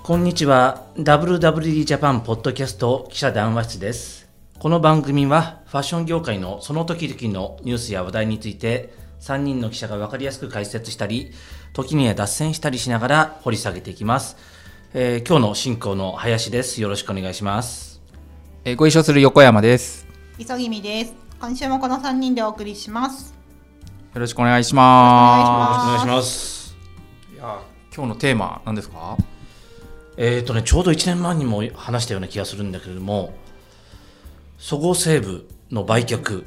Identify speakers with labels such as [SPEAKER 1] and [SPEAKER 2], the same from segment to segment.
[SPEAKER 1] こんにちは。 WWD ジャパンポッドキャスト記者談話室です。この番組はファッション業界のその時々のニュースや話題について3人の記者が分かりやすく解説したり、時には脱線したりしながら掘り下げていきます。今日の進行の林です。よろしくお願いします。
[SPEAKER 2] ご一緒する横山です。
[SPEAKER 3] 磯君です。今週もこの3人でお送りします。
[SPEAKER 2] よろしくお願いします。
[SPEAKER 1] お願いします。
[SPEAKER 2] いや、今日のテーマ何ですか？
[SPEAKER 1] ちょうど1年前にも話したような気がするんだけれども、そごう・西武の売却、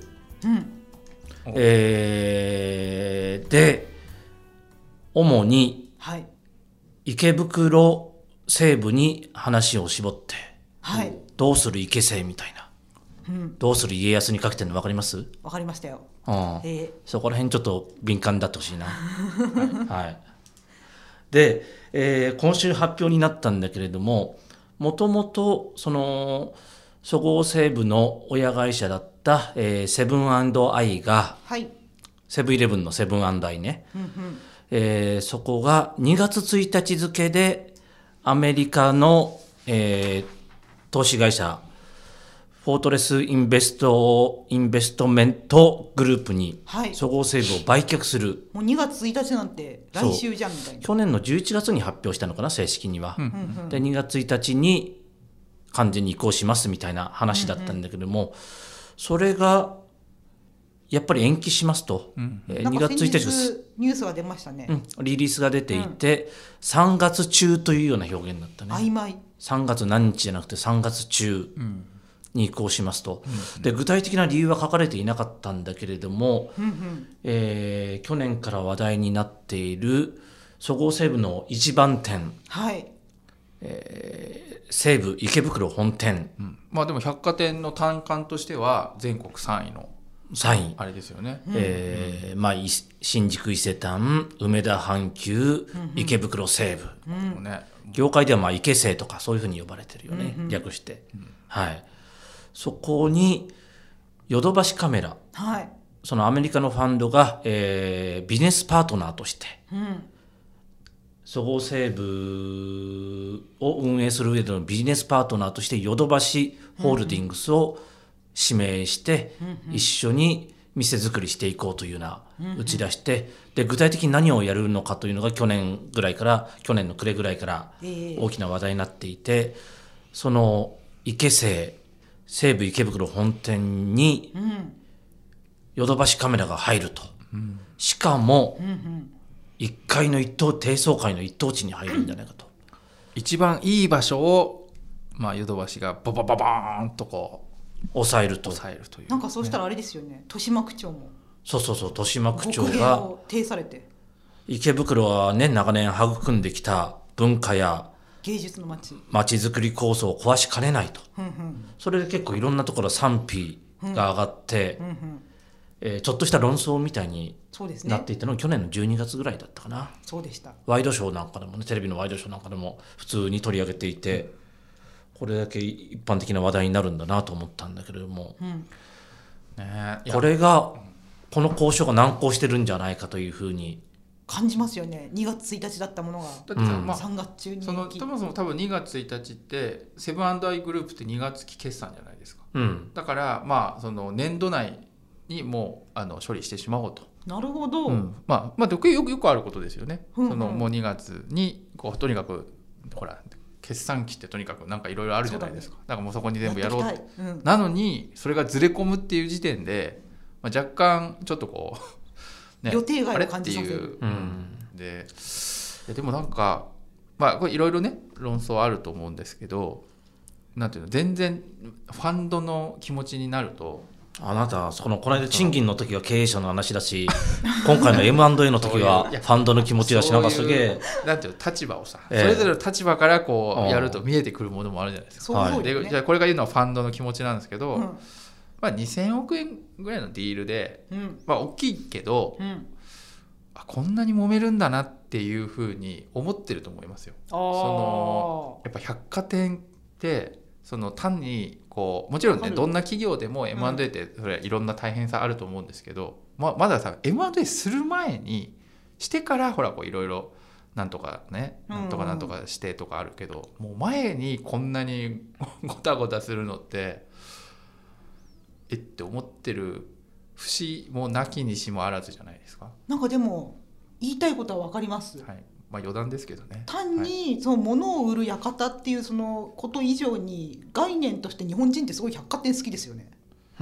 [SPEAKER 1] で主に池袋西武に話を絞って、どうする池西みたいな、どうする家康にかけてるの分かります？
[SPEAKER 3] 分かりましたよ。
[SPEAKER 1] そこら辺ちょっと敏感だってほしいな。はい。で、今週発表になったんだけれども、もともとそのそごう・西武の親会社だった、セブン&アイが、セブンイレブンのセブン&アイね、そこが2月1日付でアメリカの、投資会社フォートレスインベストメントグループにそごう・西武を売却する。
[SPEAKER 3] もう2月1日なんて来週じゃんみたいな。
[SPEAKER 1] 去年の11月に発表したのかな、正式には。で2月1日に完全に移行しますみたいな話だったんだけども、それがやっぱり延期しますと、2月1日です
[SPEAKER 3] ニュースが出ましたね。
[SPEAKER 1] リリースが出ていて、3月中というような表現だったね。
[SPEAKER 3] 曖昧。
[SPEAKER 1] 3月何日じゃなくて3月中に移行しますと、で具体的な理由は書かれていなかったんだけれども、去年から話題になっているそごう・西武の一番店、西武池袋本店、
[SPEAKER 2] でも百貨店の単館としては全国3位の
[SPEAKER 1] 3位
[SPEAKER 2] あれですよね。
[SPEAKER 1] 新宿伊勢丹、梅田阪急、池袋西武、業界では池西とかそういうふうに呼ばれてるよね、略して、そこにヨドバシカメラ、そのアメリカのファンドが、ビジネスパートナーとして、そごう・西武を運営する上でのビジネスパートナーとしてヨドバシホールディングスを指名して、一緒に店作りしていこうというような打ち出して、で具体的に何をやるのかというのが去年の暮れぐらいから大きな話題になっていて、その池西西武池袋本店にヨドバシカメラが入ると、しかも1階の低層階の一等地に入るんじゃないかと、
[SPEAKER 2] 一番いい場所を、ヨドバシがババババーンとこう
[SPEAKER 1] 抑えるという、
[SPEAKER 3] なんかそうしたらあれですよね、豊島区長も
[SPEAKER 1] そう豊島区長
[SPEAKER 3] 極
[SPEAKER 1] が
[SPEAKER 3] を呈されて、
[SPEAKER 1] 池袋はね、長年育んできた文化や
[SPEAKER 3] 芸術の街
[SPEAKER 1] づくり構想を壊しかねないと、それで結構いろんなところ賛否が上がって、ちょっとした論争みたいになっていたのが去年の12月ぐらいだったかな。
[SPEAKER 3] そうでした。
[SPEAKER 1] ワイドショーなんかでもね、テレビのワイドショーなんかでも普通に取り上げていて、これだけ一般的な話題になるんだなと思ったんだけれども、これがこの交渉が難航してるんじゃないかというふうに
[SPEAKER 3] 感じますよね。2月1日だったものが3月中に
[SPEAKER 2] そもそも多分2月1日ってセブン&アイグループって2月期決算じゃないですか、だからその年度内にもう処理してしまおうと。
[SPEAKER 3] なるほど、
[SPEAKER 2] よくあることですよね、そのもう2月にとにかくほら決算期ってとにかくなんかいろいろあるじゃないですか。だからもうそこに全部やろうと、なのにそれがずれ込むっていう時点で、若干ちょっとこう、
[SPEAKER 3] 予定外を感じさせる。
[SPEAKER 2] でもなんかこれいろいろね論争あると思うんですけど、なんていうの、全然ファンドの気持ちになると、
[SPEAKER 1] あなたこの間賃金の時は経営者の話だし今回の M&A の時はファンドの気持ちだし、なんかすげえ
[SPEAKER 2] なんていうの、立場をさ、それぞれの立場からこうやると見えてくるものもあるじゃないですか。でじゃあこれが言うのはファンドの気持ちなんですけど、2000億円ぐらいのディールで、大きいけど、こんなに揉めるんだなっていうふうに思ってると思いますよ。やっぱ百貨店ってその単にこうもちろんね、どんな企業でも M&A ってそれいろんな大変さあると思うんですけど、まださ M&A する前にしてからほらこういろいろなんとかね、なんとかなんとかしてとかあるけど、もう前にこんなにごたごたするのってって思ってる節もなきにしもあらずじゃないですか。
[SPEAKER 3] なんかでも言いたいことは分かります、
[SPEAKER 2] はい、まあ余談ですけどね。
[SPEAKER 3] 単にその物を売る館っていうそのこと以上に概念として日本人ってすごい百貨店好きですよね、うん、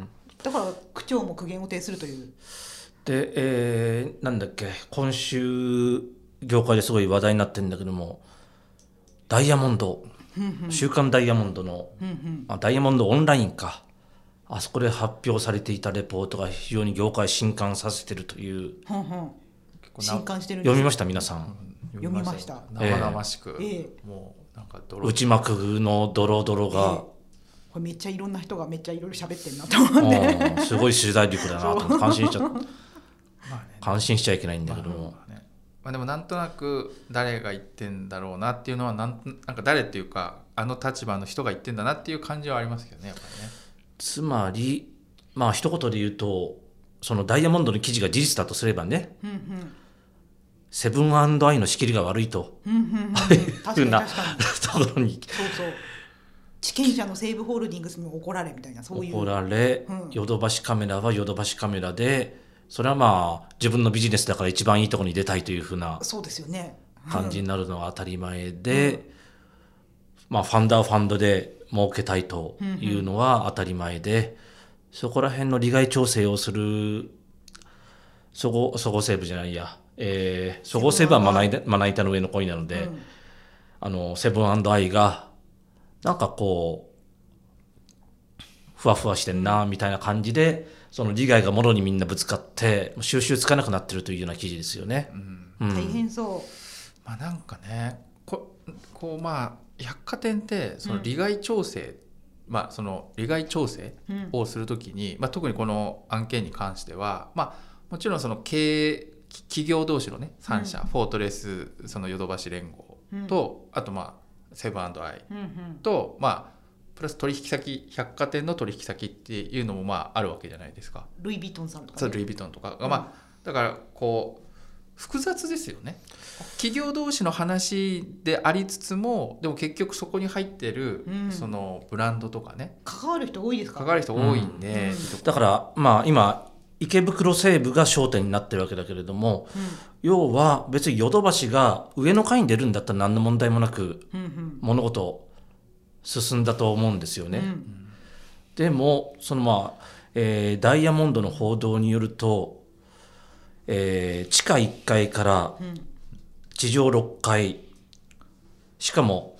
[SPEAKER 3] だから区長も苦言を呈するという
[SPEAKER 1] で、なんだっけ、今週業界ですごい話題になってるんだけども、ダイヤモンド、週刊ダイヤモンドの、ダイヤモンドオンラインか、あそこで発表されていたレポートが非常に業界震撼させてるという、
[SPEAKER 3] 震撼してるんです。
[SPEAKER 1] 読みました皆さん。
[SPEAKER 3] 読みました。
[SPEAKER 2] 生々しく、もうなんか
[SPEAKER 1] 内幕のドロドロが、
[SPEAKER 3] これめっちゃいろんな人がめっちゃいろいろ喋ってるなと思って、
[SPEAKER 1] すごい取材力だなと感心しちゃった感心しちゃいけないんだけども、
[SPEAKER 2] まあ、でもなんとなく誰が言ってんだろうなっていうのはなんか誰っていうかあの立場の人が言ってんだなっていう感じはありますけどね、やっぱりね。
[SPEAKER 1] つまりまあ一言で言うと、そのダイヤモンドの記事が事実だとすればね、セブン&アイの仕切りが悪いというなところに、
[SPEAKER 3] そう地権者の西武ホールディングスに怒られみたいな、そういう
[SPEAKER 1] 怒られ、ヨドバシカメラはヨドバシカメラで、それはまあ自分のビジネスだから一番いいところに出たいというふうな感じになるのは当たり前で、まあファンダーファンドで儲けたいというのは当たり前で、そこら辺の利害調整をするそごう・西武じゃないや、そごう・西武はまな板の上の恋なので、セブン&アイがなんかこうふわふわしてんなみたいな感じで、その利害がもろにみんなぶつかって収集つかなくなってるというような記事ですよね。
[SPEAKER 3] 大変そう。
[SPEAKER 2] まあなんかね、こうまあ百貨店ってその利害調整、まあその利害調整をするときに、まあ特にこの案件に関しては、まあもちろんその企業同士のね3社、フォートレス、そのヨドバシ連合と、あとまあセブン&アイと、まあプラス取引先、百貨店の取引先っていうのもまああるわけじゃないですか。
[SPEAKER 3] ルイ・ヴィトンさんとか、ね、
[SPEAKER 2] そうルイ・ヴィトンとかが、まあだからこう複雑ですよね。企業同士の話でありつつも、でも結局そこに入ってるそのブランドとかね、
[SPEAKER 3] 関わる人多いですか、
[SPEAKER 2] 関わる人多いんで、
[SPEAKER 1] だからまあ今池袋西部が焦点になってるわけだけれども、要は別にヨドバシが上の階に出るんだったら何の問題もなく物事進んだと思うんですよね。でもそのまあ、ダイヤモンドの報道によると、地下1階から地上6階、しかも、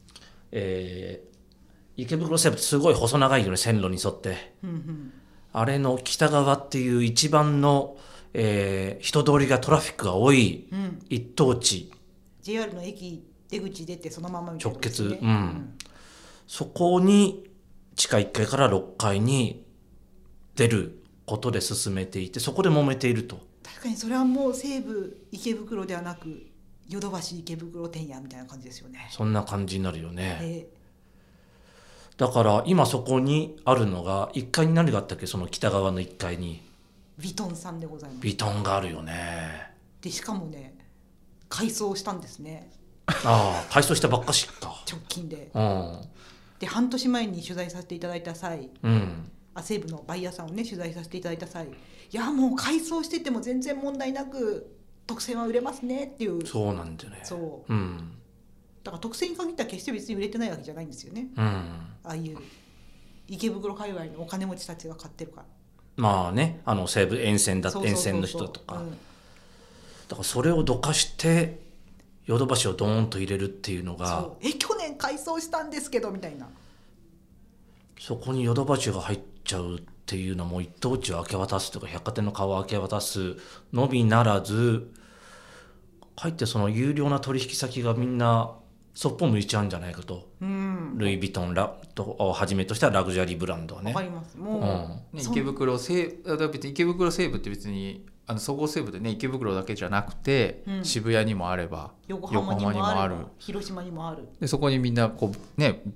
[SPEAKER 1] 池袋西部ってすごい細長いよね、線路に沿って、あれの北側っていう一番の、人通りがトラフィックが多い一等地、
[SPEAKER 3] JR の駅出口出てそのままみたいな、
[SPEAKER 1] 直結、そこに地下1階から6階に出ることで進めていて、そこで揉めていると。
[SPEAKER 3] 確かにそれはもう西武池袋ではなくヨドバシ池袋店やみたいな感じですよね。
[SPEAKER 1] そんな感じになるよね。だから今そこにあるのが1階に何があったっけ、その北側の1階に
[SPEAKER 3] ヴィトンさんでございます。
[SPEAKER 1] ヴィトンがあるよね。
[SPEAKER 3] でしかもね改装したんですね。
[SPEAKER 1] ああ改装したばっかしか
[SPEAKER 3] 直近で、
[SPEAKER 1] で
[SPEAKER 3] 半年前に取材させていただいた際、西武のバイヤーさんをね取材させていただいた際、いやもう改装してても全然問題なく特選は売れますねっていう。
[SPEAKER 1] そうなんだよね。
[SPEAKER 3] そう、だから特選に限ったら決して別に売れてないわけじゃないんですよね、ああいう池袋界隈のお金持ちたちが買ってるから。
[SPEAKER 1] まあね、西武沿線だって沿線の人とか、だからそれをどかしてヨドバシをドーンと入れるっていうのが、
[SPEAKER 3] 去年改装したんですけどみたいな、
[SPEAKER 1] そこにヨドバシが入っちゃうっていうのも一等地を明け渡すとか百貨店の顔を明け渡すのみならず、かえってその有料な取引先がみんなそっぽ向いちゃうんじゃないかと、ルイ・ヴィトンをはじめとしたラグジュアリーブランドはね。
[SPEAKER 3] わかります。もう、
[SPEAKER 2] 池袋西部って別にそごう・西武でね池袋だけじゃなくて、渋谷にもあれば
[SPEAKER 3] 横浜にもある、広島にもある。
[SPEAKER 2] でそこにみんなこうね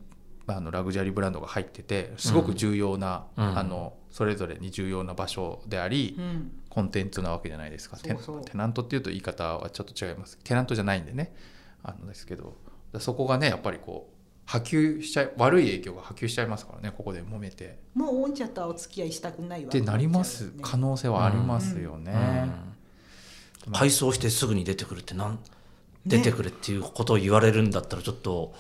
[SPEAKER 2] ラグジュアリーブランドが入っててすごく重要な、それぞれに重要な場所であり、コンテンツなわけじゃないですか。テナントっていうと言い方はちょっと違います。テナントじゃないんでねですけど、そこがねやっぱりこう波及しちゃい悪い影響が波及しちゃいますからね。ここで揉めて
[SPEAKER 3] もうオンチャとはお付き合いしたくないわ
[SPEAKER 2] ってなります可能性はありますよね。
[SPEAKER 1] 改装してすぐに出てくるって出てくれっていうことを言われるんだったらちょっと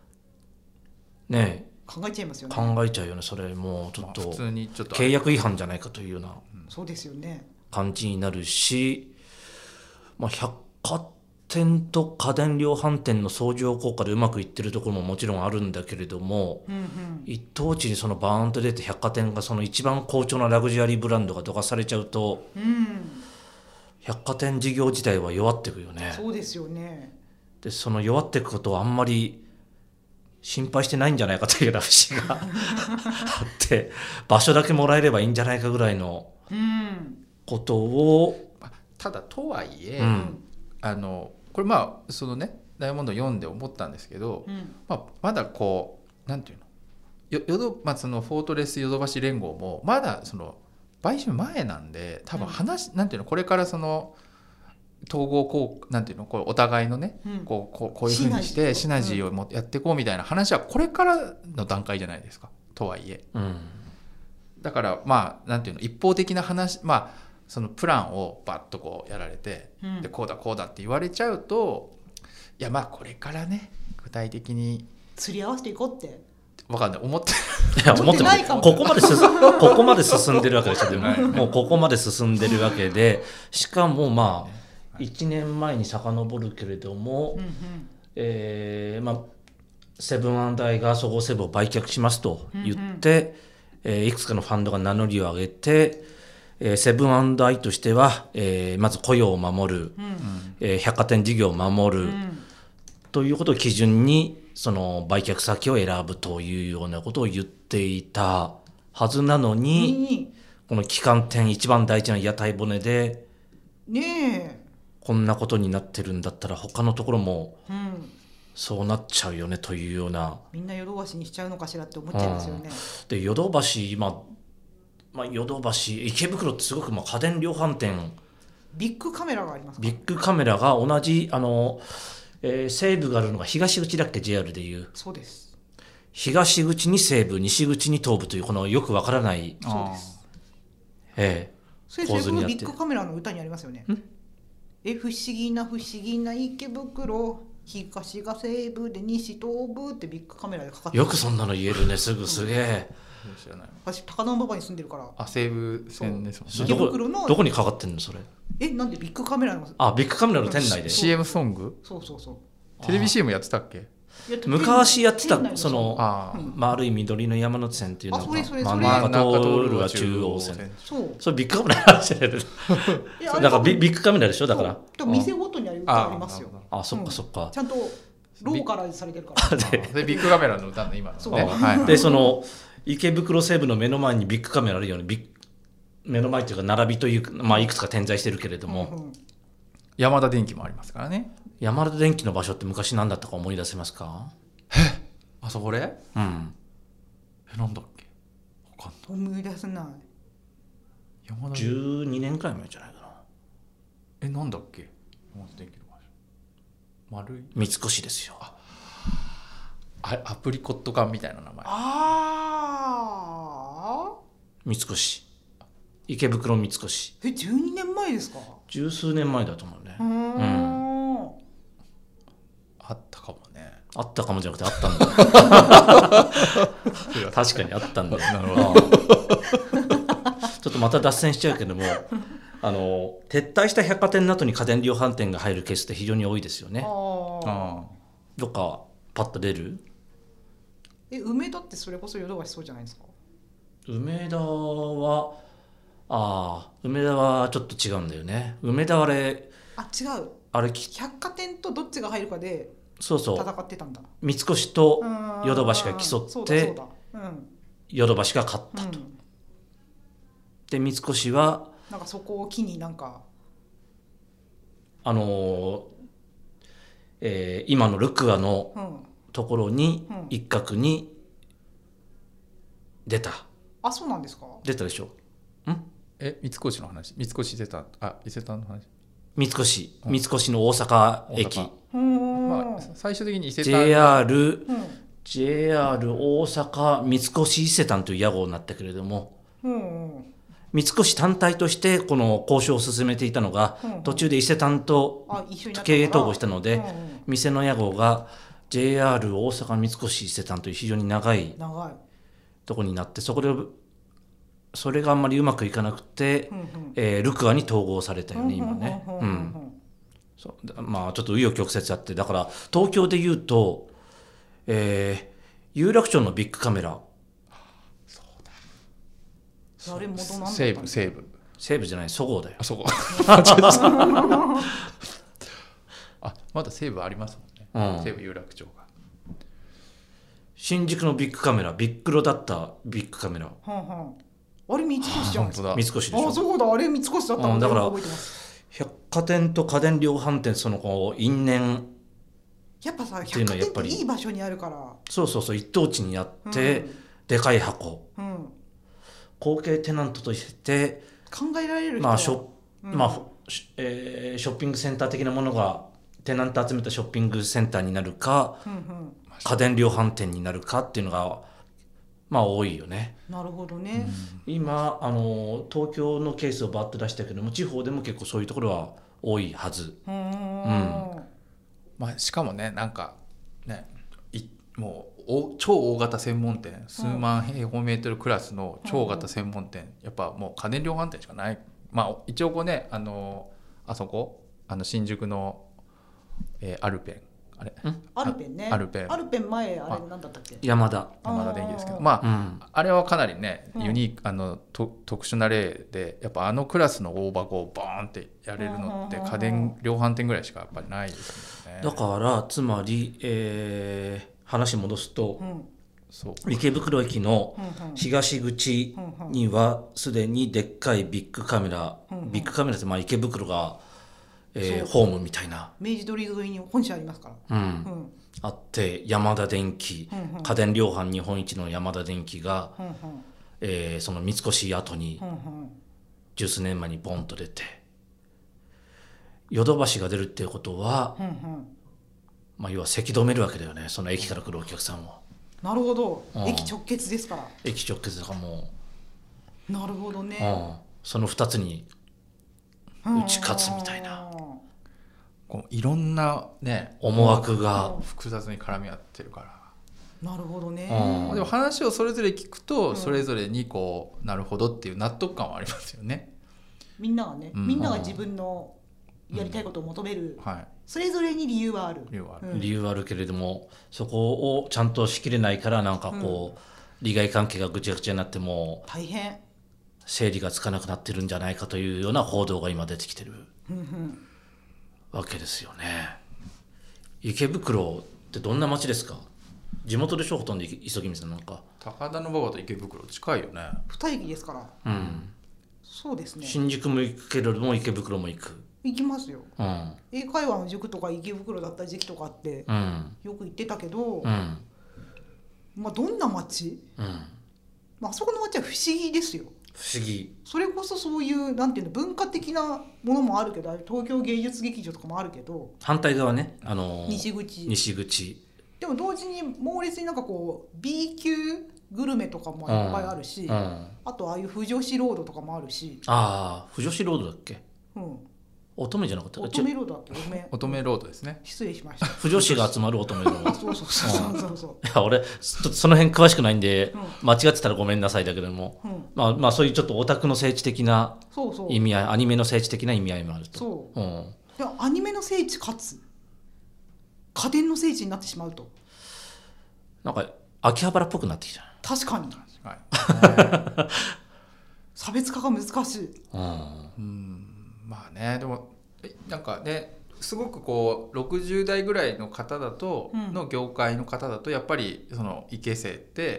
[SPEAKER 1] ね
[SPEAKER 3] 考えちゃいますよね。
[SPEAKER 1] 考えちゃうよね。それもうちょっと契約違反じゃないかというような
[SPEAKER 3] そうですよね
[SPEAKER 1] 感じになるし、百貨店と家電量販店の相乗効果でうまくいってるところももちろんあるんだけれども、一等地にそのバーンと出て百貨店がその一番好調なラグジュアリーブランドがどかされちゃうと、百貨店事業自体は弱っていくよね。
[SPEAKER 3] そうですよね。
[SPEAKER 1] でその弱っていくことをあんまり心配してないんじゃないかというような節があって場所だけもらえればいいんじゃないかぐらいのことを、
[SPEAKER 2] ただとはいえ、これそのねダイヤモンド読んで思ったんですけど、まだこうなんていうのそのフォートレスヨドバシ連合もまだその買収前なんで多分なんていうのこれからその統合なんていうのこうお互いのね、こういうふうにしてシナジーをやっていこうみたいな話はこれからの段階じゃないですか。とはいえ、だからなんていうの一方的な話そのプランをバッとこうやられて、でこうだこうだって言われちゃうといやこれからね具体的に
[SPEAKER 3] 釣り合わせていこうって
[SPEAKER 2] 分かんない思って
[SPEAKER 3] ないかも。
[SPEAKER 1] ここまで進んでるわけですよ。もうここまで進んでるわけで、しかも1年前に遡るけれども、セブン&アイがそごう・西武を売却しますと言って、いくつかのファンドが名乗りを上げて、セブン&アイとしては、まず雇用を守る、百貨店事業を守る、ということを基準にその売却先を選ぶというようなことを言っていたはずなのに、この旗艦店一番大事な屋台骨でこんなことになってるんだったら他のところもそうなっちゃうよねというような、
[SPEAKER 3] みんなヨドバシにしちゃうのかしらって思っちゃいますよね。
[SPEAKER 1] でヨドバシヨドバシ池袋ってすごく家電量販店
[SPEAKER 3] ビッグカメラがありますか。
[SPEAKER 1] ビッグカメラが同じ西武があるのが東口だっけ JR でいう。
[SPEAKER 3] そうです。
[SPEAKER 1] 東口に西武西口に東武というこのよくわからない
[SPEAKER 3] そうです。
[SPEAKER 1] 構図になってる。
[SPEAKER 3] ビッグカメラの歌にありますよね。不思議な池袋東が西武で西東武ってビッグカメラでかかってる。
[SPEAKER 1] よくそんなの言えるね。すげえ。
[SPEAKER 2] 知らない。
[SPEAKER 3] 私高田馬場に住んでるから。
[SPEAKER 2] 西武線ですもんね。
[SPEAKER 3] 池袋の
[SPEAKER 1] どこにかかってんのそれ。
[SPEAKER 3] なんでビッグカメラの。
[SPEAKER 1] ビッグカメラの店内で。
[SPEAKER 2] CM ソング。
[SPEAKER 3] そう。
[SPEAKER 2] テレビ CM やってたっけ。
[SPEAKER 1] 昔やってたその丸い緑の山手線っていうのが真ん中通るは中央線。それビッグカメラの話じゃないですか。だからビッグカメラでしょ。だから
[SPEAKER 3] 店ごとにありますよ。
[SPEAKER 1] そっか。
[SPEAKER 3] ちゃんとローカライズされてるから
[SPEAKER 2] でビッグカメラの歌の今の
[SPEAKER 1] ね。でその池袋西部の目の前にビッグカメラあるように目の前というか並びといういくつか点在してるけれども、
[SPEAKER 2] ヤマダ電機もありますからね。
[SPEAKER 1] ヤマダ電機の場所って昔何だったか思い出せますか。
[SPEAKER 2] あそこでなんだっけ分かんない。
[SPEAKER 3] 思い出せない。
[SPEAKER 1] 12年くらい前じゃないかな。
[SPEAKER 2] なんだっけヤマダ電機の場所。丸い
[SPEAKER 1] 三越ですよ。
[SPEAKER 2] アプリコット缶みたいな名前。
[SPEAKER 1] 三越池袋三越。
[SPEAKER 3] 12年前ですか。
[SPEAKER 1] 十数年前だと思うね。
[SPEAKER 2] あったかもね。
[SPEAKER 1] あったかもじゃなくてあったんだ確かにあったんだ。なるほどちょっとまた脱線しちゃうけども撤退した百貨店の後に家電量販店が入るケースって非常に多いですよね。どっかパッと出る。
[SPEAKER 3] 梅田ってそれこそヨドバシそうじゃないですか。
[SPEAKER 1] 梅田はちょっと違うんだよね。梅田は違う。
[SPEAKER 3] 百貨店とどっちが入るかで戦ってたんだ。
[SPEAKER 1] 三越とヨドバシが競ってヨドバシが勝ったと。で三越は
[SPEAKER 3] なんかそこを機に
[SPEAKER 1] 今のルクアのところに一角に出た。
[SPEAKER 3] あ、そうなんですか。
[SPEAKER 1] 出たでしょ。
[SPEAKER 2] 三越の話、三越伊勢丹、伊勢丹の話。
[SPEAKER 1] 三越の大阪駅。
[SPEAKER 2] まあ、最終的に伊勢丹
[SPEAKER 1] JR 大阪三越伊勢丹という屋号になったけれども、三越単体としてこの交渉を進めていたのが、途中で伊勢丹と経営統合したので、店の屋号が JR 大阪三越伊勢丹という非常に長いとこになって、それがあんまりうまくいかなくて、ルクアに統合されたよね今ね。まあちょっと紆余曲折あって、だから東京でいうと、有楽町のビッグカメラ、
[SPEAKER 3] あれ元なんだった
[SPEAKER 2] 西武
[SPEAKER 1] じゃない、そごうだよ。
[SPEAKER 2] そこまだ西武ありますもんね、西武有楽町が。
[SPEAKER 1] 新宿のビッグカメラ、ビッグロだったビッグカメラ、
[SPEAKER 3] あれ三越じゃん。
[SPEAKER 1] 三越でしょ。
[SPEAKER 3] そうだ、あれ三越だったの。
[SPEAKER 1] だから百貨店と家電量販店、その因縁
[SPEAKER 3] やっぱさ、百貨店っていい場所にあるから。
[SPEAKER 1] そう一等地にあって、でかい箱、後継テナントとして
[SPEAKER 3] 考えられる人は、
[SPEAKER 1] ショッピングセンター的なものがテナント集めたショッピングセンターになるか、家電量販店になるかっていうのがまあ多いよね。
[SPEAKER 3] なるほどね。
[SPEAKER 1] 今東京のケースをバッと出したけども、地方でも結構そういうところは多いはず。
[SPEAKER 2] まあ、しかもね、なんかね、もう超大型専門店、数万平方メートルクラスの超型専門店、やっぱもう家電量販店しかない。まあ一応こうね、あそこ新宿の、アルペン、
[SPEAKER 3] アルペンね。アルペン前あれ何だったっけ？
[SPEAKER 1] 山田
[SPEAKER 2] 電機ですけど、まあ、あれはかなりねユニーク特殊な例で、やっぱクラスの大箱をボーンってやれるのって家電量販店ぐらいしかやっぱりないですよね。
[SPEAKER 1] だからつまり、話戻すと、池袋駅の東口にはすでにでっかいビッグカメラ、ビッグカメラってまあ池袋がホームみたいな、
[SPEAKER 3] 明治通り沿いに本社ありますから、
[SPEAKER 1] あって、ヤマダ電機、家電量販日本一のヤマダ電機が、その三越跡に十数年前にボンと出て、ヨドバシが出るっていうことは、まあ、要はせき止めるわけだよね、その駅から来るお客さんを。
[SPEAKER 3] なるほど、駅直結ですから。
[SPEAKER 1] 駅直結だからも
[SPEAKER 3] う、なるほどね、
[SPEAKER 1] その2つに打ち勝つみたいな、
[SPEAKER 2] こういろんなね
[SPEAKER 1] 思惑が
[SPEAKER 2] 複雑に絡み合ってるから。
[SPEAKER 3] なるほどね。
[SPEAKER 2] でも話をそれぞれ聞くと、それぞれにこうなるほどっていう納得感はありますよね。
[SPEAKER 3] みんながね、みんなが自分のやりたいことを求める、それぞれに理由はある。
[SPEAKER 1] 理由はあるけれども、そこをちゃんとしきれないから、なんかこう、利害関係がぐちゃぐちゃになっても
[SPEAKER 3] 大変
[SPEAKER 1] 整理がつかなくなってるんじゃないかというような報道が今出てきてるわけですよね。池袋ってどんな街ですか？地元でしょ、ほとんど。磯君さんなんか
[SPEAKER 2] 高田馬場と池袋近いよね。
[SPEAKER 3] 2駅ですから。そうですね。
[SPEAKER 1] 新宿も行くけれども池袋も行
[SPEAKER 3] きますよ。英会話の塾とか池袋だった時期とかあって、よく行ってたけど、まあどんな街、あそこの街は不思議ですよ。
[SPEAKER 1] 不思議。
[SPEAKER 3] それこそそういうなんていうの、文化的なものもあるけど、東京芸術劇場とかもあるけど、
[SPEAKER 1] 反対側ね、
[SPEAKER 3] 西口でも同時に猛烈になんかこう B 級グルメとかもいっぱいあるし、あとああいう不女子ロードとかもあるし。
[SPEAKER 1] 不女子ロードだっけ？乙女じゃなかったっけ？
[SPEAKER 3] 乙女ロードだっけ？
[SPEAKER 2] 乙女ロードですね。
[SPEAKER 3] 失礼しました。
[SPEAKER 1] 不女子が集まる乙女ロード。
[SPEAKER 3] そう。
[SPEAKER 1] いや、俺その辺詳しくないんで、間違ってたらごめんなさいだけども、まあそういうちょっとオタクの聖地的な意味合い、アニメの聖地的な意味合いもあると。
[SPEAKER 3] そう。いや、アニメの聖地かつ家電の聖地になってしまうと、
[SPEAKER 1] なんか秋葉原っぽくなってきた。
[SPEAKER 3] 確かに。差別化が難しい。
[SPEAKER 2] まあね、でもなんかね、すごくこう60代ぐらいの方だと、の業界の方だとやっぱりその池製って、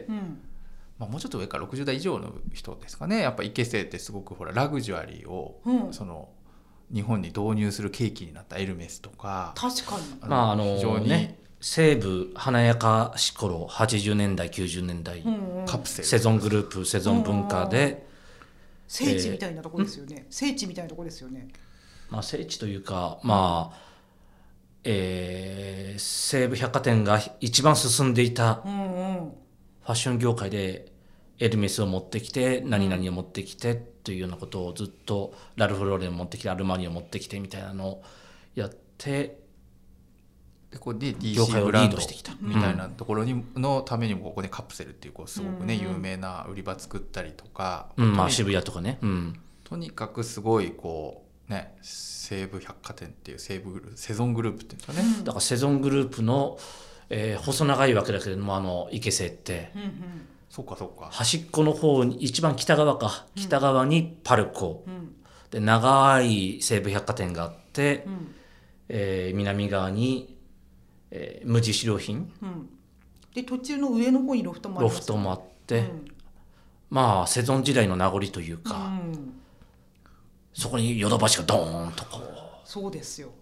[SPEAKER 2] まあ、もうちょっと上から60代以上の人ですかね、やっぱ池製ってすごくほらラグジュアリーを、その日本に導入する契機になったエルメスとか、
[SPEAKER 3] 確かに、
[SPEAKER 2] 非常に
[SPEAKER 1] 西部華やかし頃80年代90年代、
[SPEAKER 2] カプセル
[SPEAKER 1] セゾングループセゾン文化で、
[SPEAKER 3] 聖地みたいなところですよね、聖地みたいなところですよね。
[SPEAKER 1] まあ、聖地というか、まあ西武百貨店が一番進んでいたファッション業界でエルメスを持ってきて何々を持ってきてというようなことをずっとラルフ・ローレンを持ってきてアルマーニを持ってきてみたいなのをやって
[SPEAKER 2] でこれで
[SPEAKER 1] 業界
[SPEAKER 2] DC
[SPEAKER 1] を
[SPEAKER 2] ブランド
[SPEAKER 1] リードしてきた
[SPEAKER 2] みたいなところにのためにもここでカプセルっていうすごくね有名な売り場作ったりとか、
[SPEAKER 1] まあ、渋谷とかね、
[SPEAKER 2] とにかくすごいこうね西武百貨店っていうセゾングループっていうんですかね、
[SPEAKER 1] だからセゾングループの、細長いわけだけれども池瀬って、
[SPEAKER 2] そうか
[SPEAKER 1] 端っこの方に一番北側にパルコ、で長い西武百貨店があって、南側に、無印良品、
[SPEAKER 3] で途中の上の方にロフトもあります、
[SPEAKER 1] ロフトもあって、まあセゾン時代の名残というか、そこにヨドバシがドーンとこう
[SPEAKER 3] そうですよ、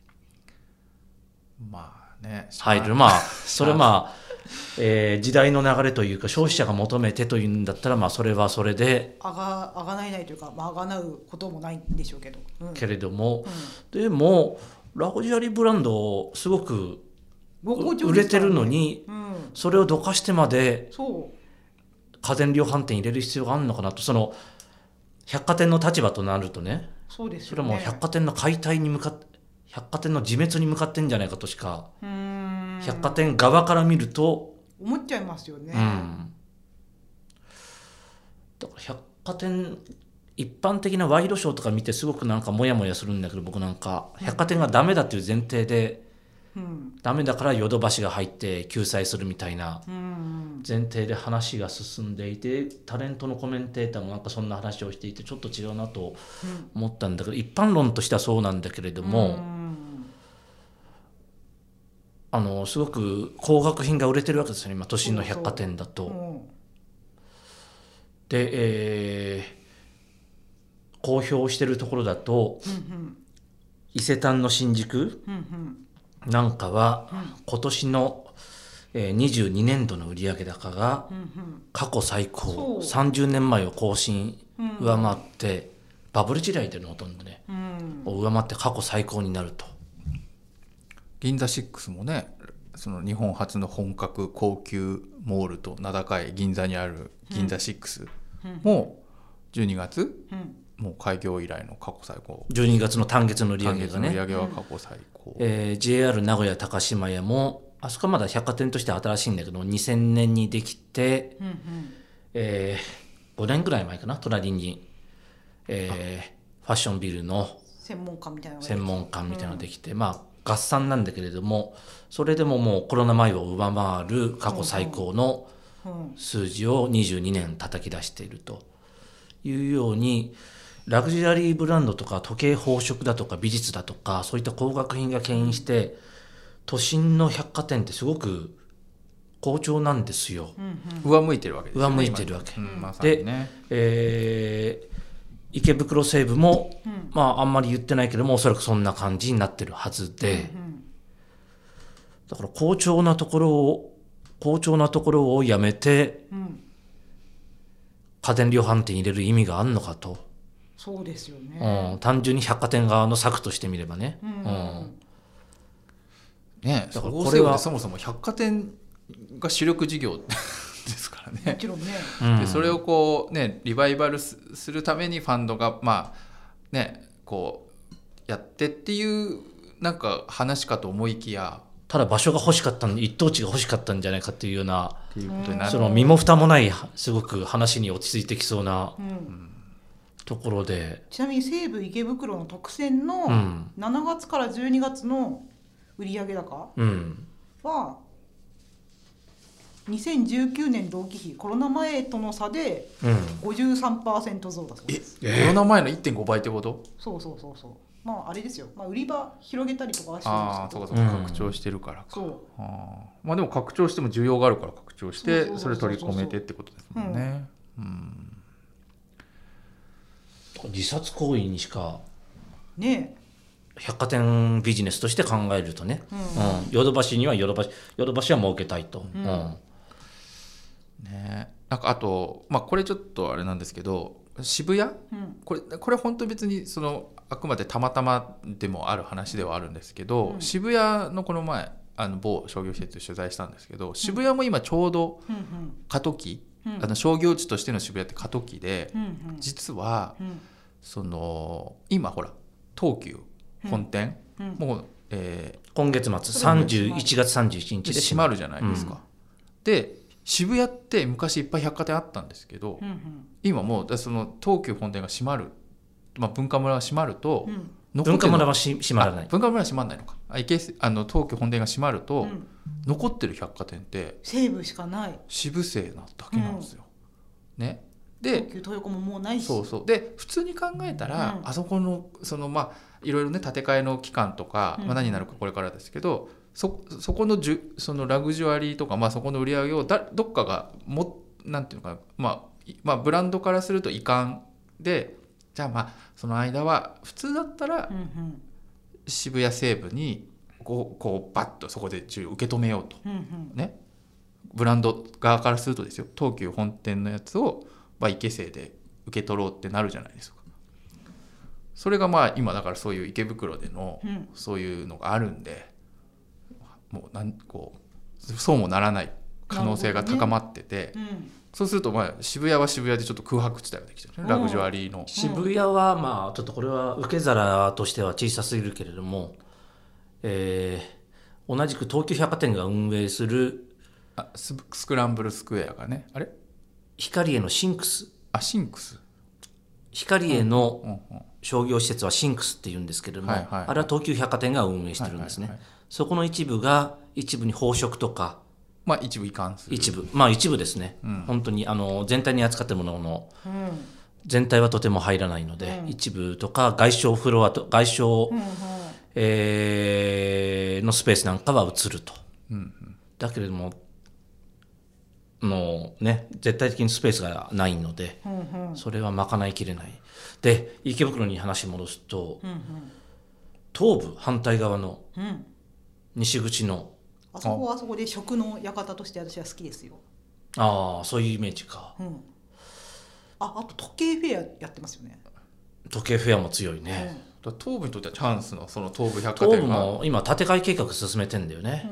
[SPEAKER 2] まあね
[SPEAKER 1] 入る、まあそれまあ、時代の流れというか消費者が求めてというんだったら、まあそれはそれで
[SPEAKER 3] あがないというか、まあ、あがなうこともないんでしょうけど、
[SPEAKER 1] けれども、でもラグジュアリーブランドすごく売れてるのに、それをどかしてまで家電量販店入れる必要があるのかなと。その百貨店の立場となるとね、
[SPEAKER 3] そうですよね、
[SPEAKER 1] それはもう百貨店の解体に向かって百貨店の自滅に向かってんじゃないかとしか百貨店側から見ると
[SPEAKER 3] 思っちゃいますよね、
[SPEAKER 1] だから百貨店一般的なワイドショーとか見てすごくなんかモヤモヤするんだけど、僕なんか百貨店がダメだっていう前提で、ダメだからヨドバシが入って救済するみたいな前提で話が進んでいて、タレントのコメンテーターもなんかそんな話をしていてちょっと違うなと思ったんだけど、一般論としてはそうなんだけれども、すごく高額品が売れてるわけですよね今都心の百貨店だと。で、公表してるところだと、伊勢丹の新宿なんかは今年の22年度の売上高が過去最高、30年前を更新上回って、バブル時代でのほとんどね、を上回って過去最高になると。
[SPEAKER 2] 銀座6もね、その日本初の本格高級モールと名高い銀座にある銀座6も12月、もう開業以来の過去最高、
[SPEAKER 1] 12月の単月の売上がね、
[SPEAKER 2] 単月の売上は過去最高、
[SPEAKER 1] JR 名古屋高島屋もあそこはまだ百貨店として新しいんだけど2000年にできて、5年ぐらい前かな、隣に、ファッションビルの
[SPEAKER 3] 専門館みたいな
[SPEAKER 1] のができて、まあ合算なんだけれども、それでももうコロナ前を上回る過去最高の数字を22年叩き出しているというように、ラグジュアリーブランドとか時計宝飾だとか美術だとかそういった高額品が牽引して都心の百貨店ってすごく好調なんですよ、
[SPEAKER 2] 上向いてるわけですよね。
[SPEAKER 1] 上向いてるわけ、
[SPEAKER 2] まさにね。
[SPEAKER 1] で、池袋西部も、まああんまり言ってないけどもおそらくそんな感じになってるはずで、だから好調なところをやめて、家電量販店入れる意味があるのかと。
[SPEAKER 3] そうですよね、
[SPEAKER 1] 単純に百貨店側の策としてみればね、
[SPEAKER 2] ね、だからこれはそもそも百貨店が主力事業ですからね。
[SPEAKER 3] もちろんね、
[SPEAKER 2] でそれをこうねリバイバルするためにファンドがまあねこうやってっていうなんか話かと思いきや、
[SPEAKER 1] ただ場所が欲しかった一等地が欲しかったんじゃないかっていうような、その
[SPEAKER 2] の
[SPEAKER 1] 身も蓋もないすごく話に落ち着いてきそうな、ところで、
[SPEAKER 3] ちなみに西武池袋の特選の7月から12月の売上高は2019年同期比コロナ前との差で 53% 増だそうです。
[SPEAKER 2] コロナ前の 1.5 倍ってこと？
[SPEAKER 3] そう、まああれですよ、まあ、売り場広げたりとかはしてるんですけど、
[SPEAKER 2] そうか拡張してるからか。そうまあでも拡張しても需要があるから拡張してそれ取り込めてってことですもんね。
[SPEAKER 1] 自殺行為にしか
[SPEAKER 3] ね
[SPEAKER 1] 百貨店ビジネスとして考えるとね、ヨドバシにはヨドバシは儲けたいと、
[SPEAKER 2] ね、なんかあと、これちょっとあれなんですけど渋谷、これ本当に別にあくまでたまたまでもある話ではあるんですけど、渋谷のこの前某商業施設取材したんですけど、渋谷も今ちょうど過渡期、商業地としての渋谷って過渡期で、実は今ほら東急本店、もう、
[SPEAKER 1] 今月末1月31日で
[SPEAKER 2] 閉まるじゃないですか。で渋谷って昔いっぱい百貨店あったんですけど、今もう東急本店が閉まる、文化村が閉まると、
[SPEAKER 1] 文化村は閉まらない。
[SPEAKER 2] 文化村は閉まらないのか。東急本店が閉まると、残ってる百貨店って
[SPEAKER 3] 西武しかない。
[SPEAKER 2] 渋西なだけなんですよ。ね。で
[SPEAKER 3] 東急東横ももうないし。
[SPEAKER 2] そうで普通に考えたら、あそこのいろいろね建て替えの期間とか、何になるかこれからですけど、そこのラグジュアリーとか、そこの売り上げをどっかがなんていうのかな、ブランドからすると遺憾で、じゃあその間は普通だったら渋谷西部にこうバッとそこで受け止めようと、ね、ブランド側からするとですよ、東急本店のやつを池西で受け取ろうってなるじゃないですか。それが今だからそういう池袋でのそういうのがあるんで、もうそうもならない可能性が高まってて、そうすると渋谷は渋谷でちょっと空白地帯ができちゃう、ラグジュアリーの。
[SPEAKER 1] 渋谷はちょっとこれは受け皿としては小さすぎるけれども、同じく東急百貨店が運営する
[SPEAKER 2] スクランブルスクエアがね、
[SPEAKER 1] ヒカリエのシンクス、ヒカリエの商業施設はシンクスっていうんですけれども、あれは東急百貨店が運営してるんですね。そこの一部に宝飾とか、
[SPEAKER 2] 一部移管する、
[SPEAKER 1] 一部ですね、本当に全体に扱ってるものの、全体はとても入らないので、一部とか外商フロアと外商、のスペースなんかは移ると、だけれども絶対的にスペースがないので、それは賄いきれない。で池袋に話戻すと、東部反対側の西口の、
[SPEAKER 3] あそこはあそこで食の館として私は好きですよ。
[SPEAKER 1] そういうイメージか。
[SPEAKER 3] あと時計フェアやってますよね。
[SPEAKER 1] 時計フェアも強いね。
[SPEAKER 2] 東部にとってはチャンスのその東部百貨店が、
[SPEAKER 1] 東部も今建て替え計画進めてんだよね。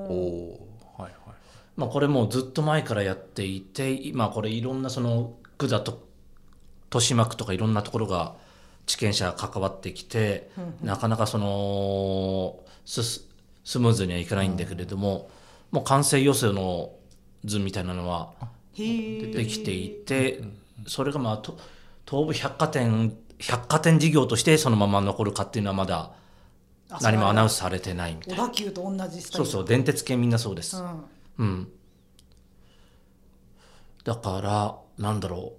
[SPEAKER 1] これもずっと前からやっていて、今これいろんな区だと豊島区とかいろんなところが地権者が関わってきて、なかなかスムーズにはいかないんだけれども、もう完成予想の図みたいなのはできていて、それが東部百貨店事業としてそのまま残るかっていうのはまだ何もアナウンスされてないみたいな。
[SPEAKER 3] 小田急と同じスタイル。
[SPEAKER 1] そう電鉄系みんなそうです。だからなんだろ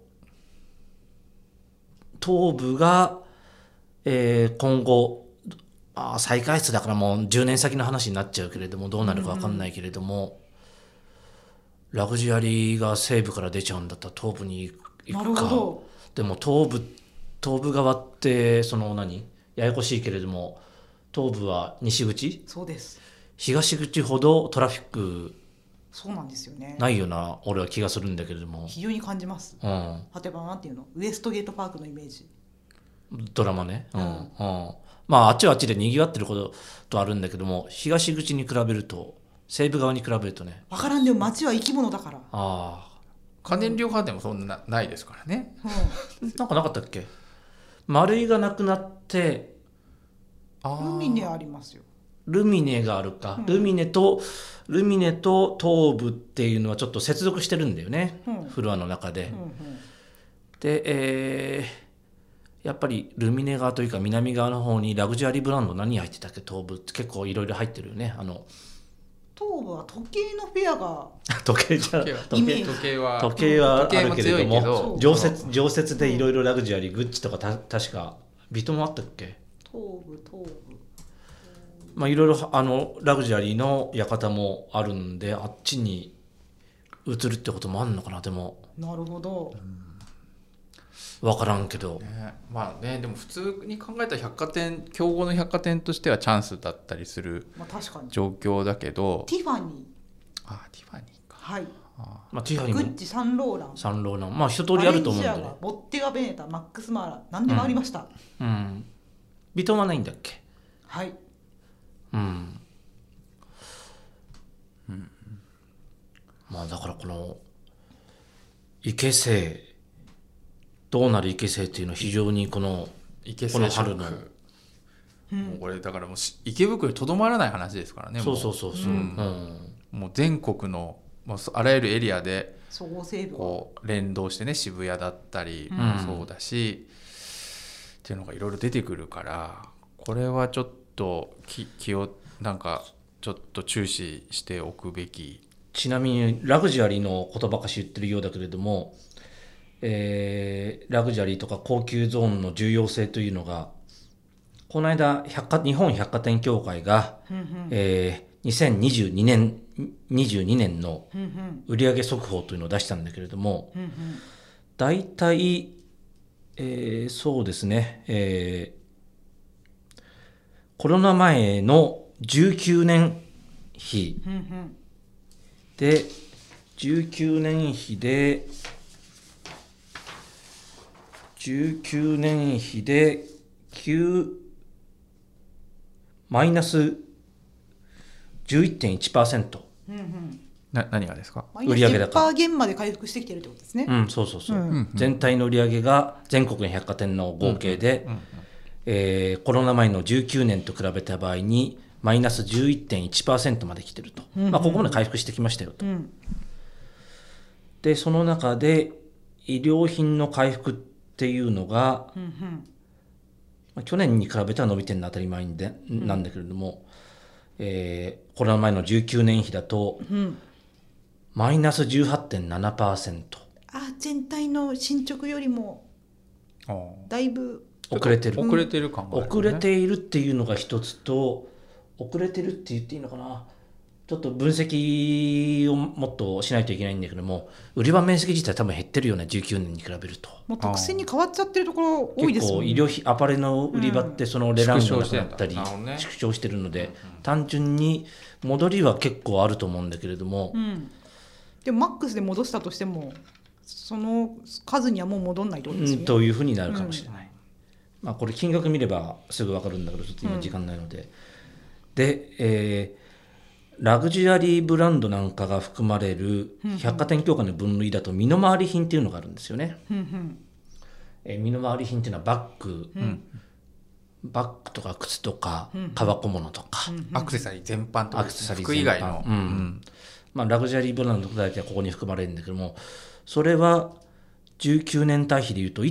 [SPEAKER 1] う、東部が、今後再開発だからもう10年先の話になっちゃうけれども、どうなるか分かんないけれども、ラグジュアリーが西部から出ちゃうんだったら東部に行くか。でも東部側ってややこしいけれども、東部は西口、
[SPEAKER 3] そうです、
[SPEAKER 1] 東口ほどトラフィック
[SPEAKER 3] そうなんですよね、
[SPEAKER 1] ないような俺は気がするんだけれども、
[SPEAKER 3] 非常に感じます。例えばなんていうの、ウエストゲートパークのイメージ、
[SPEAKER 1] ドラマね、あっちはあっちで賑わってることとあるんだけども、東口に比べると、西部側に比べるとね、
[SPEAKER 3] 分からんでも街は生き物だから。
[SPEAKER 2] 家電量販店もそんなないですからね。
[SPEAKER 1] なんかなかったっけ。丸井がなくなって
[SPEAKER 3] ルミネありますよ。
[SPEAKER 1] ルミネがあるか、ルミネと東部っていうのはちょっと接続してるんだよね、フロアの中で。で、やっぱりルミネ側というか南側の方にラグジュアリーブランド何入ってたっけ。東部って結構いろいろ入ってるよね。
[SPEAKER 3] 東部は時計のフェアが
[SPEAKER 1] 時計はあるけれども、常設でいろいろラグジュアリー、グッチとか確かビトもあったっけ。
[SPEAKER 3] 東部
[SPEAKER 1] いろいろラグジュアリーの館もあるんで、あっちに移るってこともあるのかな。でも
[SPEAKER 3] なるほど、
[SPEAKER 1] 分からんけど、
[SPEAKER 2] まあね、でも普通に考えたら百貨店、競合の百貨店としてはチャンスだったりする状況だけど、
[SPEAKER 3] ティファニー、
[SPEAKER 2] ティファニーか、
[SPEAKER 3] はい、
[SPEAKER 1] まあ、ティファニーも
[SPEAKER 3] グッチ、サンローラン、
[SPEAKER 1] まあ一通りあると思うんだよね。
[SPEAKER 3] ボッテガベネタ、マックスマーラ、何でもありました。
[SPEAKER 1] ビトンはないんだっけ。
[SPEAKER 3] はい、
[SPEAKER 1] まあだからこの池製どうなる池製っていうのは非常にこの春の、も
[SPEAKER 2] うこれだからもう池袋にとどまらない話ですからね。
[SPEAKER 1] そう、
[SPEAKER 2] もう全国のもうあらゆるエリアで
[SPEAKER 3] そごう・西武
[SPEAKER 2] こう連動してね、渋谷だったりそうだし、っていうのがいろいろ出てくるから、これはちょっと気をなんかちょっと注視しておくべき。
[SPEAKER 1] ちなみにラグジュアリーのことばかし言ってるようだけれども、ラグジュアリーとか高級ゾーンの重要性というのが、この間日本百貨店協会が、2022年の売上速報というのを出したんだけれども、だいたいそうですね、コロナ前の19年比で、19年比でマイナス 11.1%、
[SPEAKER 2] 何がですか。
[SPEAKER 1] 売上高
[SPEAKER 3] 10%減まで回復してきてるってことですね。
[SPEAKER 1] そう、全体の売上が全国の百貨店の合計で、コロナ前の19年と比べた場合にマイナス 11.1% まで来てると、ここまで回復してきましたよと、でその中で衣料品の回復っていうのが、去年に比べたら伸びてるのは当たり前なんだけれども、コロナ前の19年比だと、マイナス 18.7%、
[SPEAKER 3] 全体の進捗よりもだいぶ
[SPEAKER 2] 遅れてる感があるね。
[SPEAKER 1] 遅れているっていうのが一つと、遅れてるって言っていいのかな、ちょっと分析をもっとしないといけないんだけども、売り場面積自体多分減ってるよね、19年に比べると。
[SPEAKER 3] もう特性に変わっちゃってるところ多いですもんね。
[SPEAKER 1] 結構衣料品アパレの売り場ってそのレランがなくなったり縮小してるので、単純に戻りは結構あると思うんだけれども、
[SPEAKER 3] でもマックスで戻したとしてもその数にはもう戻んないってことですよね。
[SPEAKER 1] というふうになるかもしれない。これ金額見ればすぐ分かるんだけど、ちょっと今時間ないので、で、ラグジュアリーブランドなんかが含まれる百貨店協会の分類だと身の回り品っていうのがあるんですよね。身の回り品っていうのはバッグとか靴とか革小物とか、
[SPEAKER 2] アクセサリー全般とか服以外の、
[SPEAKER 1] ラグジュアリーブランド大体ここに含まれるんだけども、それは19年対比でいうと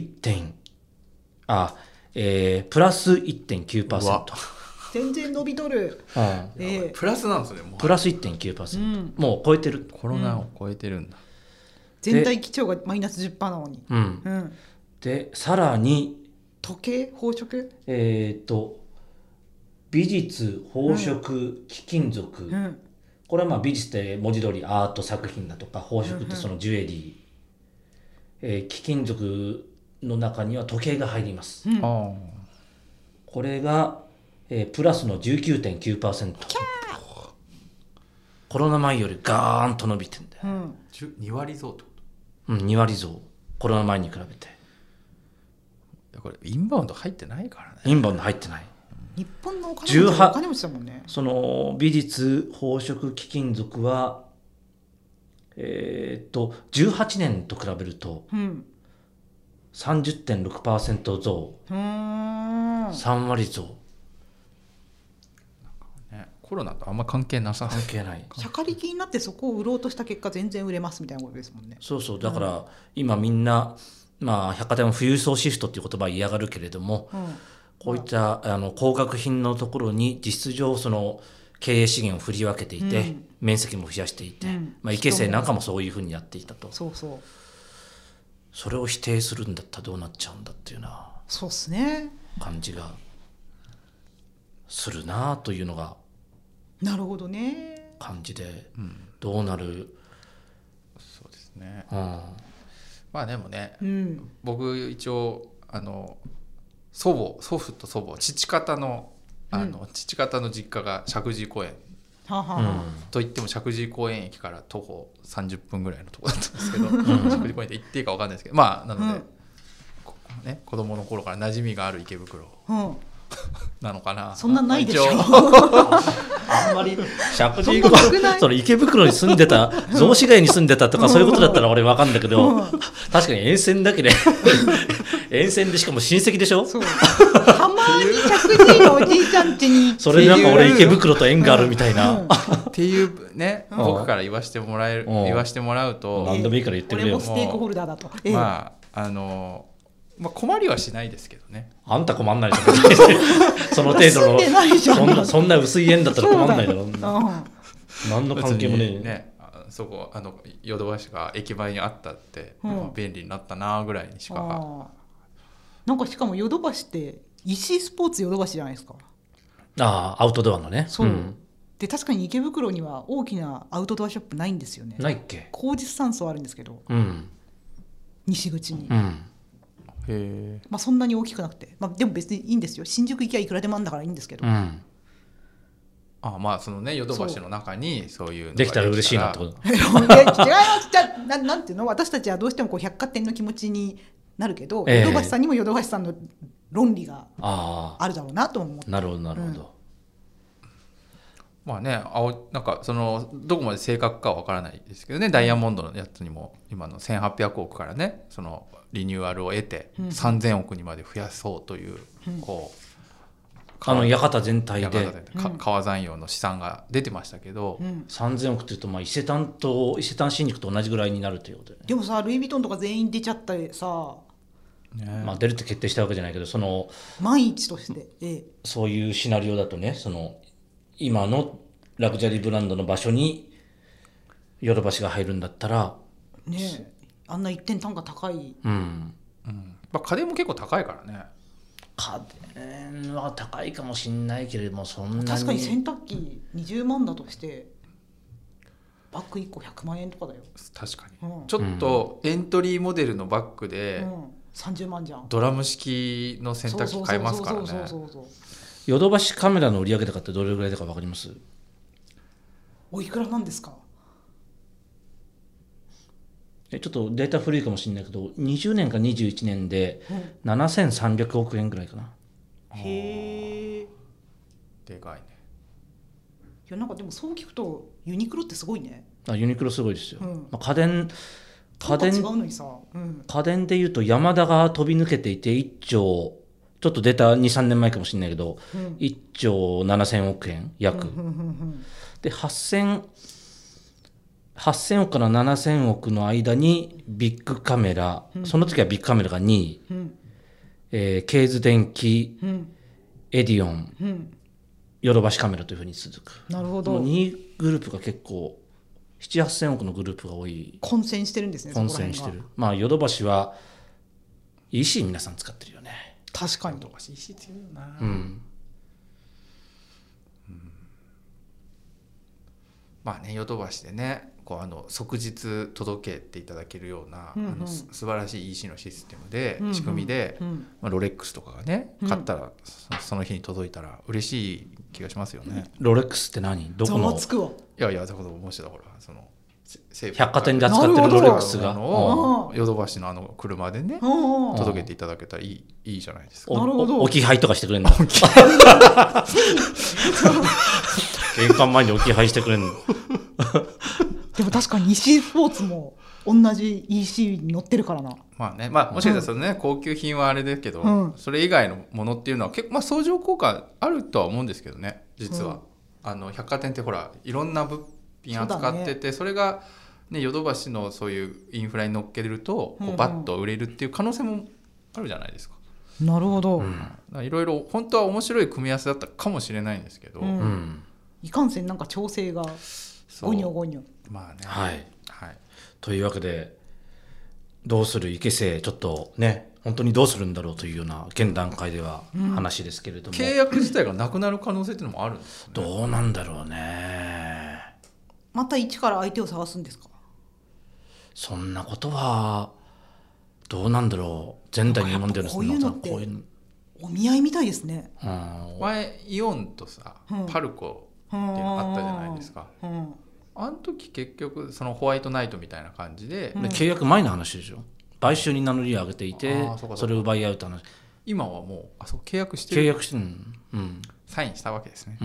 [SPEAKER 1] プラス 1.9%。
[SPEAKER 3] 全然伸びとる。
[SPEAKER 2] プラスなんですね。
[SPEAKER 1] プラス 1.9%、もう超えてる。
[SPEAKER 2] コロナを超えてるんだ。
[SPEAKER 3] 全体基調がマイナス 10% なのに。
[SPEAKER 1] でさらに
[SPEAKER 3] 時計、宝飾、
[SPEAKER 1] 美術、宝飾、貴金属、これは美術って文字通りアート作品だとか、宝飾ってそのジュエリー、貴金属の中には時計が入ります。これがプラスの 19.9%。 コロナ前よりガーンと伸びてんだよ、
[SPEAKER 2] 2割増ってこ
[SPEAKER 1] と。2割増、コロナ前に比べて。
[SPEAKER 2] これインバウンド入ってないからね。
[SPEAKER 1] インバウンド入ってない。
[SPEAKER 3] 日本のお金持ちだもんね。
[SPEAKER 1] その美術、宝飾、貴金属は18年と比べると、30.6% 増、3割増。
[SPEAKER 2] コロナとあんま関係なさ
[SPEAKER 1] 関係ない。
[SPEAKER 3] しゃかりきになってそこを売ろうとした結果全然売れますみたいなことですもんね。
[SPEAKER 1] そうだから今みんな、百貨店は富裕層シフトっていう言葉は嫌がるけれども、こういった高額品のところに実質上その経営資源を振り分けていて、面積も増やしていて、池製なんかもそういうふうにやっていたと。それを否定するんだったらどうなっちゃうんだっていうような感じがするなというのが、
[SPEAKER 3] なるほどね、
[SPEAKER 1] 感じで、どうなる。
[SPEAKER 2] そうですね。 まあでもね、僕一応祖父と祖母父方の父方の実家が石神井公園といっても石神井公園駅から徒歩30分ぐらいのところだったんですけど石神井公園って行っていいか分かんないですけど、まあなので、ね、子供の頃から馴染みがある池袋、なのかな。
[SPEAKER 3] そんなないでしょ
[SPEAKER 1] あんまり石神井公園その池袋に住んでた雑司ヶ谷に住んでたとかそういうことだったら俺分かんだけど、確かに沿線だけで沿線でしかも親戚でしょ。
[SPEAKER 3] そうたまに石神井のおじいちゃん家に
[SPEAKER 1] それでなんか俺池袋と縁があるみたいな、
[SPEAKER 2] っていうね、僕から言わしてもらうと、
[SPEAKER 1] 何でもいいから言ってくれよ。
[SPEAKER 3] 俺もステークホルダーだと、
[SPEAKER 2] まあ困りはしないですけどね。
[SPEAKER 1] あんた困んないでしょその程度のそんな薄い縁だったら困んないだろ。何の関係もねえ
[SPEAKER 2] ね。そこヨドバシが駅前にあったって、便利になったなぐらいにしか。
[SPEAKER 3] なんかしかもヨドバシって石井スポーツヨドバシじゃないですか。
[SPEAKER 1] アウトドアのね。
[SPEAKER 3] そう、で確かに池袋には大きなアウトドアショップないんですよね。
[SPEAKER 1] ないっけ。
[SPEAKER 3] 工事山荘あるんですけど、西口に、まあ、そんなに大きくなくて、まあ、でも別にいいんですよ。新宿行きゃいくらでもあんだからいいんですけど、
[SPEAKER 2] まあそのねヨドバシの中にそういうのが
[SPEAKER 1] できたら嬉しいなってこと。
[SPEAKER 3] 違いますじゃあなんていうの、私たちはどうしてもこう百貨店の気持ちになるけど、ヨドバシさんにもヨドバシさんの論理があるだろうなと思って。
[SPEAKER 1] なるほどなるほど、
[SPEAKER 2] まあね、なんかそのどこまで正確かは分からないですけどね、ダイヤモンドのやつにも今の1800億からねそのリニューアルを得て3000億にまで増やそうという、こう
[SPEAKER 1] 館全体で
[SPEAKER 2] 川山用の試算が出てましたけど、
[SPEAKER 1] 3000億っていうとまあ伊勢丹新宿と同じぐらいになるということで、ね、
[SPEAKER 3] でもさルイ・ヴィトンとか全員出ちゃったさ、
[SPEAKER 1] まあ、出るって決定したわけじゃないけど、その
[SPEAKER 3] 万一として、
[SPEAKER 1] そういうシナリオだとね、その今のラグジュアリーブランドの場所にヨドバシが入るんだったら
[SPEAKER 3] ね、あんな一点単価高い、
[SPEAKER 2] まあ、家電も結構高いからね。
[SPEAKER 1] 家電は高いかもしれないけれども、そんなに
[SPEAKER 3] 確かに洗濯機20万だとしてバッグ1個100万円とかだよ。
[SPEAKER 2] 確かに、ちょっとエントリーモデルのバッグで、
[SPEAKER 3] 30万じゃん。
[SPEAKER 2] ドラム式の洗濯機買えますからね。
[SPEAKER 1] ヨドバシカメラの売上高ってどれぐらいだか分かります？
[SPEAKER 3] おいくらなんですか？
[SPEAKER 1] ちょっとデータ古いかもしれないけど20年か21年で7300億円ぐらいかな。
[SPEAKER 3] へえ、
[SPEAKER 2] でかいね。
[SPEAKER 3] いやなんかでもそう聞くとユニクロってすごいね。
[SPEAKER 1] ユニクロすごいですよ、家電でいうとヤマダが飛び抜けていて1兆ちょっとデータ 2,3 年前かもしれないけど、1兆7000億円約、で8000億から7000億の間にビッグカメラ、その時はビッグカメラが2位、ケーズ電機、エディオン、ヨドバシカメラというふうに続く。
[SPEAKER 3] なるほど。
[SPEAKER 1] 2位グループが結構 7,8,000 億のグループが多い。
[SPEAKER 3] 混戦してるんですね。
[SPEAKER 1] 混戦してる。まあヨドバシは EC 皆さん使ってるよね。
[SPEAKER 3] 確かに。
[SPEAKER 2] ヨドバシ EC 強いよな。まあね、ヨドバシでねこう即日届けていただけるような、素晴らしい EC のシステムで、仕組みで、ロレックスとかがね買ったら、その日に届いたら嬉しい気がしますよね。
[SPEAKER 1] ロレックスって何？どこの？
[SPEAKER 3] ざわつくわ。
[SPEAKER 2] いやだからもしだからその
[SPEAKER 1] 百貨店で扱ってるロレックスが
[SPEAKER 2] ヨドバシの車でね届けていただけたらいいじゃないですか。
[SPEAKER 3] なるほど。
[SPEAKER 1] 置き配とかしてくれるんだ。玄関前に置き配してくれるの。
[SPEAKER 3] でも確かに EC スポーツも同じ EC に乗ってるからな。
[SPEAKER 2] まあね、まあ、もしかしたらその、高級品はあれですけど、それ以外のものっていうのは結構、相乗効果あるとは思うんですけどね実は、百貨店ってほらいろんな物品扱ってて それが、ね、ヨドバシのそういうインフラに乗っけれると、こうバッと売れるっていう可能性もあるじゃないですか。
[SPEAKER 3] なるほど。
[SPEAKER 2] いろいろ本当は面白い組み合わせだったかもしれないんですけど、
[SPEAKER 3] いかんせんなんか調整がゴニョゴニョ。
[SPEAKER 2] まあね、
[SPEAKER 1] はいというわけでどうする池瀬ちょっとね本当にどうするんだろうというような現段階では話ですけれども、
[SPEAKER 2] 契約自体がなくなる可能性っていうのもあるんですね。
[SPEAKER 1] どうなんだろうね。
[SPEAKER 3] また一から相手を探すんですか？
[SPEAKER 1] そんなことはどうなんだろう、前代未聞で
[SPEAKER 3] こういうのってお見合いみたいですね。
[SPEAKER 2] 前イオンとさ、パルコっていうのあったじゃないですか。あの時結局そのホワイトナイトみたいな感じで、
[SPEAKER 1] 契約前の話でしょ。買収に名乗りを上げていて、それを奪い合うって話。
[SPEAKER 2] 今はもう契約してる。
[SPEAKER 1] 契約してる、
[SPEAKER 2] サインしたわけですね。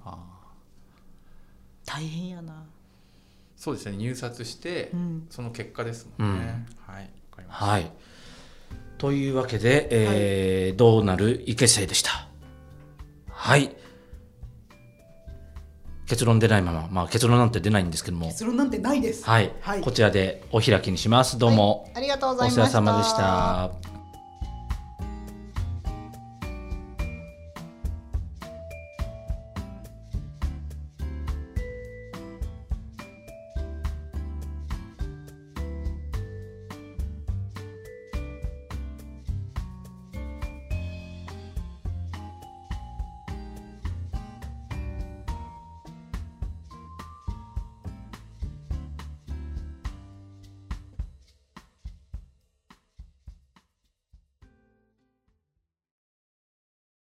[SPEAKER 3] 大変やな。
[SPEAKER 2] そうですね、入札して、その結果ですもんね。はい、わかりました。
[SPEAKER 1] はい。というわけで、どうなる池瀬でした。はい。結論出ないまま、結論なんて出ないんですけども。
[SPEAKER 3] 結論なんてないです。
[SPEAKER 1] はい。こちらでお開きにします。どうも、
[SPEAKER 3] ありがとうございました。
[SPEAKER 1] お世話様でした。